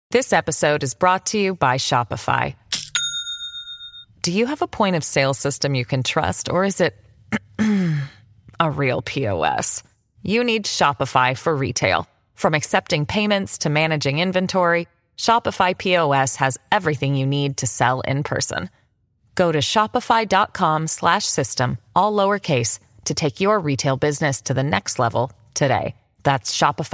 This episode is brought to you by Shopify. Do you have a point of sale system you can trust, or is it a real POS? You need Shopify for retail. From accepting payments to managing inventory, Shopify POS has everything you need to sell in person. Go to shopify.com/system, all lowercase, to take your retail business to the next level today. That's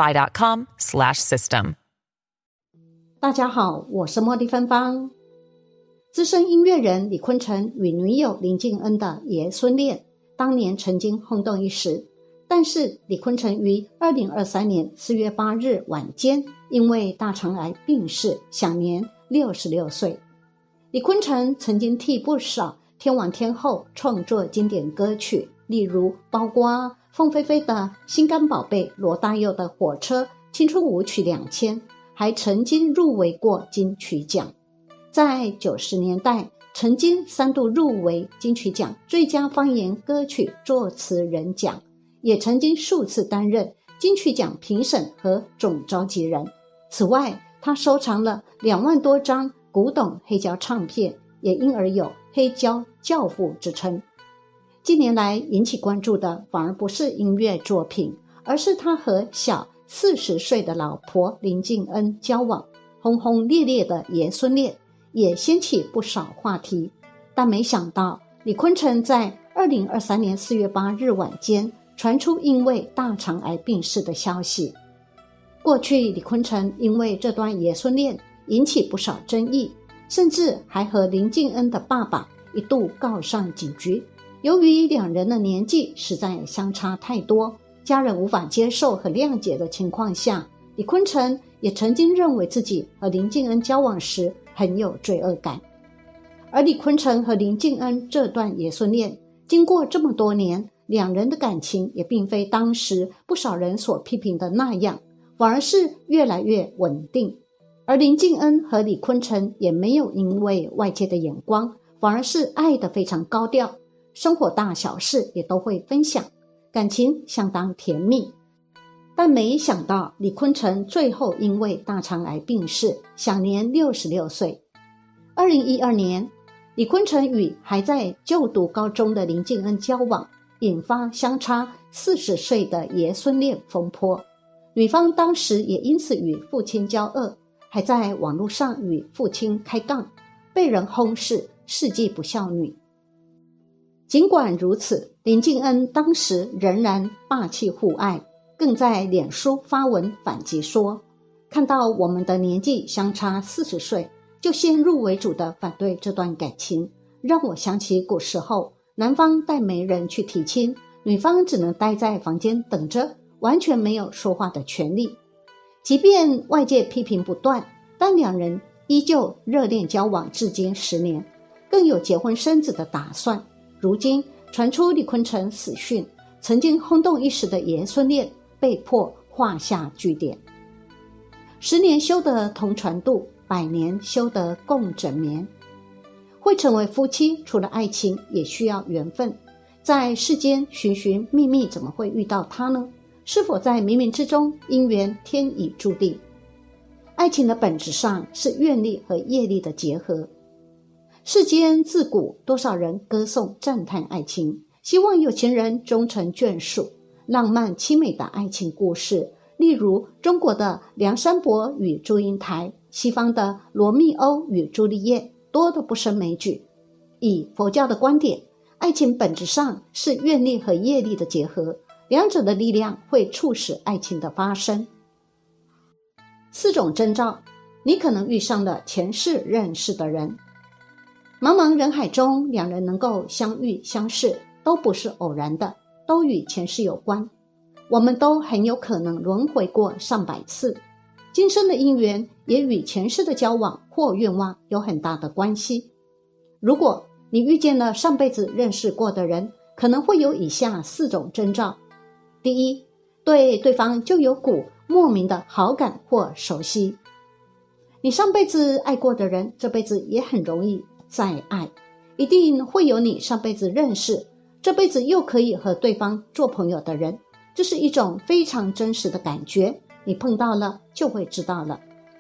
shopify.com/system. 大家好，我是茉莉芬芳。资深音乐人李坤城与女友林静恩的爷孙恋，当年曾经轰动一时。但是李坤城于2023年4月8日晚间因为大肠癌病逝，享年66岁。李坤城曾经替不少天王天后创作经典歌曲，例如包括凤飞飞的心肝宝贝、罗大佑的火车、青春舞曲2000，还曾经入围过金曲奖。在90年代曾经3度入围金曲奖最佳方言歌曲作词人奖，也曾经数次担任金曲奖评审和总召集人。此外，他收藏了2万多张古董黑胶唱片，也因而有黑胶教父之称。近年来引起关注的反而不是音乐作品，而是他和小40岁的老婆林静恩交往，轰轰烈烈的爷孙恋也掀起不少话题。但没想到李坤城在2023年4月8日晚间传出因为大肠癌病逝的消息。过去李坤城因为这段爷孙恋引起不少争议，甚至还和林静恩的爸爸一度告上警局。由于两人的年纪实在相差太多，家人无法接受和谅解的情况下，李坤城也曾经认为自己和林静恩交往时很有罪恶感。而李坤城和林静恩这段爷孙恋，经过这么多年，两人的感情也并非当时不少人所批评的那样，反而是越来越稳定。而林静恩和李坤城也没有因为外界的眼光，反而是爱得非常高调，生活大小事也都会分享，感情相当甜蜜。但没想到李坤城最后因为大肠癌病逝，享年66岁。2012年，李坤城与还在就读高中的林静恩交往，引发相差40岁的爷孙恋风波。女方当时也因此与父亲交恶，还在网络上与父亲开杠，被人轰是世纪不孝女。尽管如此，林静恩当时仍然霸气互爱，更在脸书发文反击说，看到我们的年纪相差40岁，就先入为主的反对这段感情，让我想起古时候男方带媒人去提亲，女方只能待在房间等着，完全没有说话的权利。即便外界批评不断，但两人依旧热恋交往至今10年，更有结婚生子的打算。如今传出李坤城死讯，曾经轰动一时的爷孙恋被迫画下句点。10年修得同船渡，100年修得共枕眠。会成为夫妻，除了爱情也需要缘分。在世间寻寻觅觅，怎么会遇到他呢？是否在冥冥之中，姻缘天已注定？爱情的本质上是愿力和业力的结合。世间自古多少人歌颂赞叹爱情，希望有情人终成眷属，浪漫凄美的爱情故事，例如中国的梁山伯与祝英台，西方的罗密欧与朱丽叶，多得不胜枚举。以佛教的观点，爱情本质上是愿力和业力的结合，两者的力量会促使爱情的发生。4种征兆，你可能遇上了前世认识的人。茫茫人海中，两人能够相遇相识，都不是偶然的，都与前世有关。我们都很有可能轮回过上百次，今生的因缘也与前世的交往或愿望有很大的关系。如果你遇见了上辈子认识过的人，可能会有以下4种征兆。第一，对对方就有股莫名的好感或熟悉。你上辈子爱过的人，这辈子也很容易再爱，一定会有你上辈子认识，这辈子又可以和对方做朋友的人，这是一种非常真实的感觉，你碰到了就会知道了。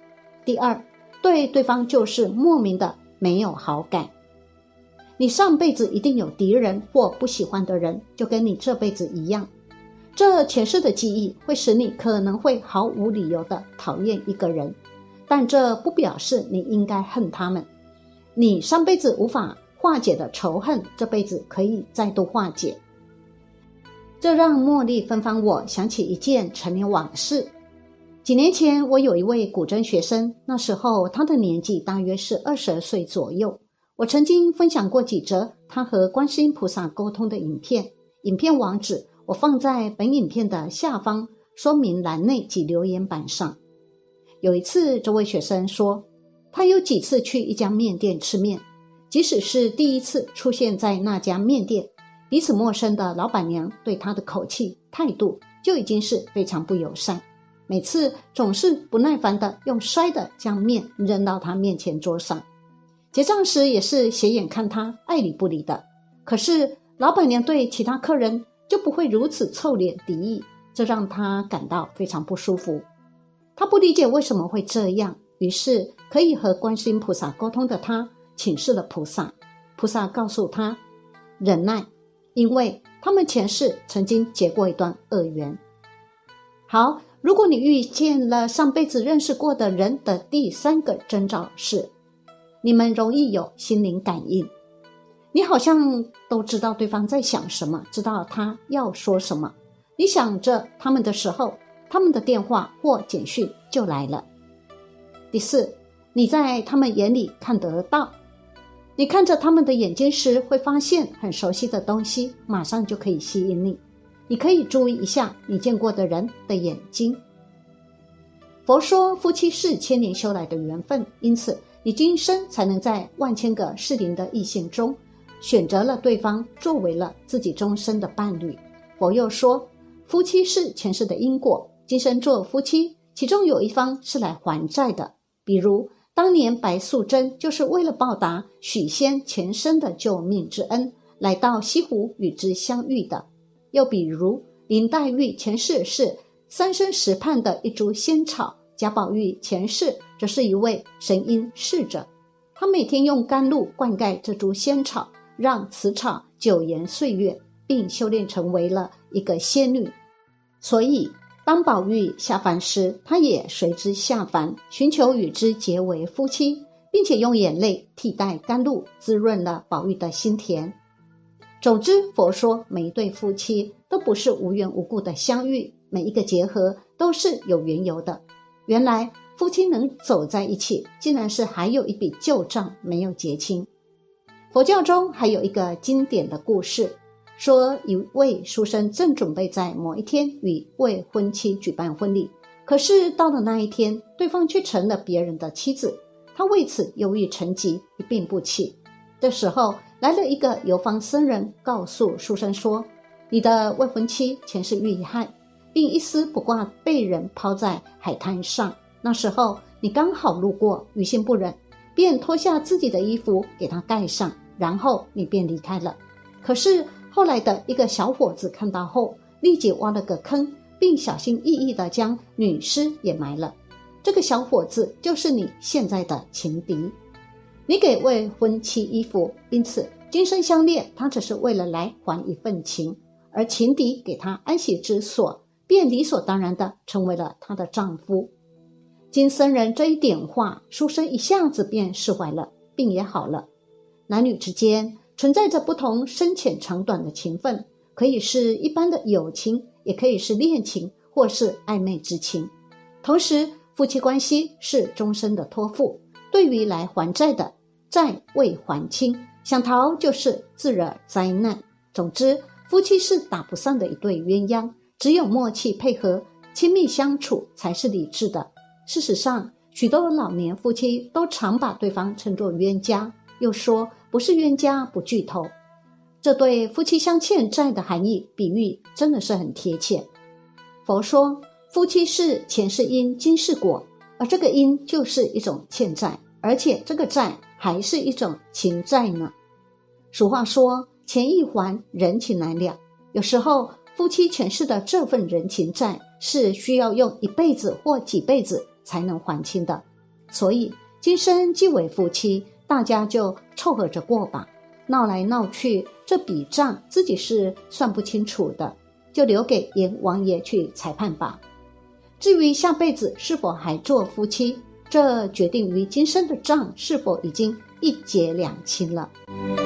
第二，对对方就是莫名的没有好感。你上辈子一定有敌人或不喜欢的人，就跟你这辈子一样。这前世的记忆会使你可能会毫无理由的讨厌一个人，但这不表示你应该恨他们。你上辈子无法化解的仇恨，这辈子可以再度化解。这让茉莉芬芳我想起一件陈年往事。几年前，我有一位古筝学生，那时候他的年纪大约是22岁左右。我曾经分享过几则他和观世音菩萨沟通的影片，影片网址我放在本影片的下方说明栏内及留言板上。有一次，这位学生说，他有几次去一家面店吃面，即使是第一次出现在那家面店，彼此陌生的老板娘对他的口气态度就已经是非常不友善，每次总是不耐烦地用摔的将面扔到他面前桌上，结账时也是斜眼看他，爱理不理的。可是老板娘对其他客人就不会如此臭脸敌意，这让他感到非常不舒服。他不理解为什么会这样，于是可以和观世音菩萨沟通的他请示了菩萨。菩萨告诉他忍耐，因为他们前世曾经结过一段恶缘。好，如果你遇见了上辈子认识过的人的第三个征兆是，你们容易有心灵感应。你好像都知道对方在想什么，知道他要说什么。你想着他们的时候，他们的电话或简讯就来了。第四，你在他们眼里看得到。你看着他们的眼睛时，会发现很熟悉的东西，马上就可以吸引你。你可以注意一下你见过的人的眼睛。佛说夫妻是千年修来的缘分，因此你今生才能在万千个适龄的异性中选择了对方作为了自己终身的伴侣。佛又说，夫妻是前世的因果，今生做夫妻，其中有一方是来还债的。比如当年白素贞就是为了报答许仙前生的救命之恩，来到西湖与之相遇的。又比如林黛玉前世是三生石畔的一株仙草，贾宝玉前世则是一位神瑛侍者，他每天用甘露灌溉这株仙草，让此草久延岁月，并修炼成为了一个仙女。所以当宝玉下凡时，他也随之下凡，寻求与之结为夫妻，并且用眼泪替代甘露，滋润了宝玉的心田。总之，佛说每一对夫妻都不是无缘无故的相遇，每一个结合都是有缘由的。原来夫妻能走在一起，竟然是还有一笔旧账没有结清。佛教中还有一个经典的故事，说一位书生正准备在某一天与未婚妻举办婚礼，可是到了那一天，对方却成了别人的妻子，他为此忧郁成疾，一病不起。这时候来了一个游方僧人，告诉书生说，你的未婚妻前世遇害，并一丝不挂被人抛在海滩上，那时候你刚好路过，于心不忍，便脱下自己的衣服给她盖上，然后你便离开了。可是后来的一个小伙子看到后，立即挖了个坑，并小心翼翼地将女尸也埋了。这个小伙子就是你现在的情敌。你给未婚妻衣服，因此今生相恋，他只是为了来还一份情，而情敌给他安息之所，便理所当然地成为了她的丈夫。经僧人这一点化，书生一下子便释怀了，病也好了。男女之间存在着不同深浅长短的情分，可以是一般的友情，也可以是恋情或是暧昧之情。同时夫妻关系是终身的托付，对于来还债的，债未还清，想逃就是自惹灾难。总之，夫妻是打不散的一对鸳鸯，只有默契配合、亲密相处才是理智的。事实上，许多老年夫妻都常把对方称作冤家，又说不是冤家不聚头。这对夫妻相欠债的含义比喻真的是很贴切。佛说夫妻是前世因今世果，而这个因就是一种欠债，而且这个债还是一种情债呢。俗话说钱易还，人情难了。有时候夫妻前世的这份人情债是需要用一辈子或几辈子才能还清的。 所以今生既为夫妻，大家就凑合着过吧。闹来闹去，这笔账自己是算不清楚的，就留给阎王爷去裁判吧。至于下辈子是否还做夫妻，这决定于今生的账是否已经一结两清了。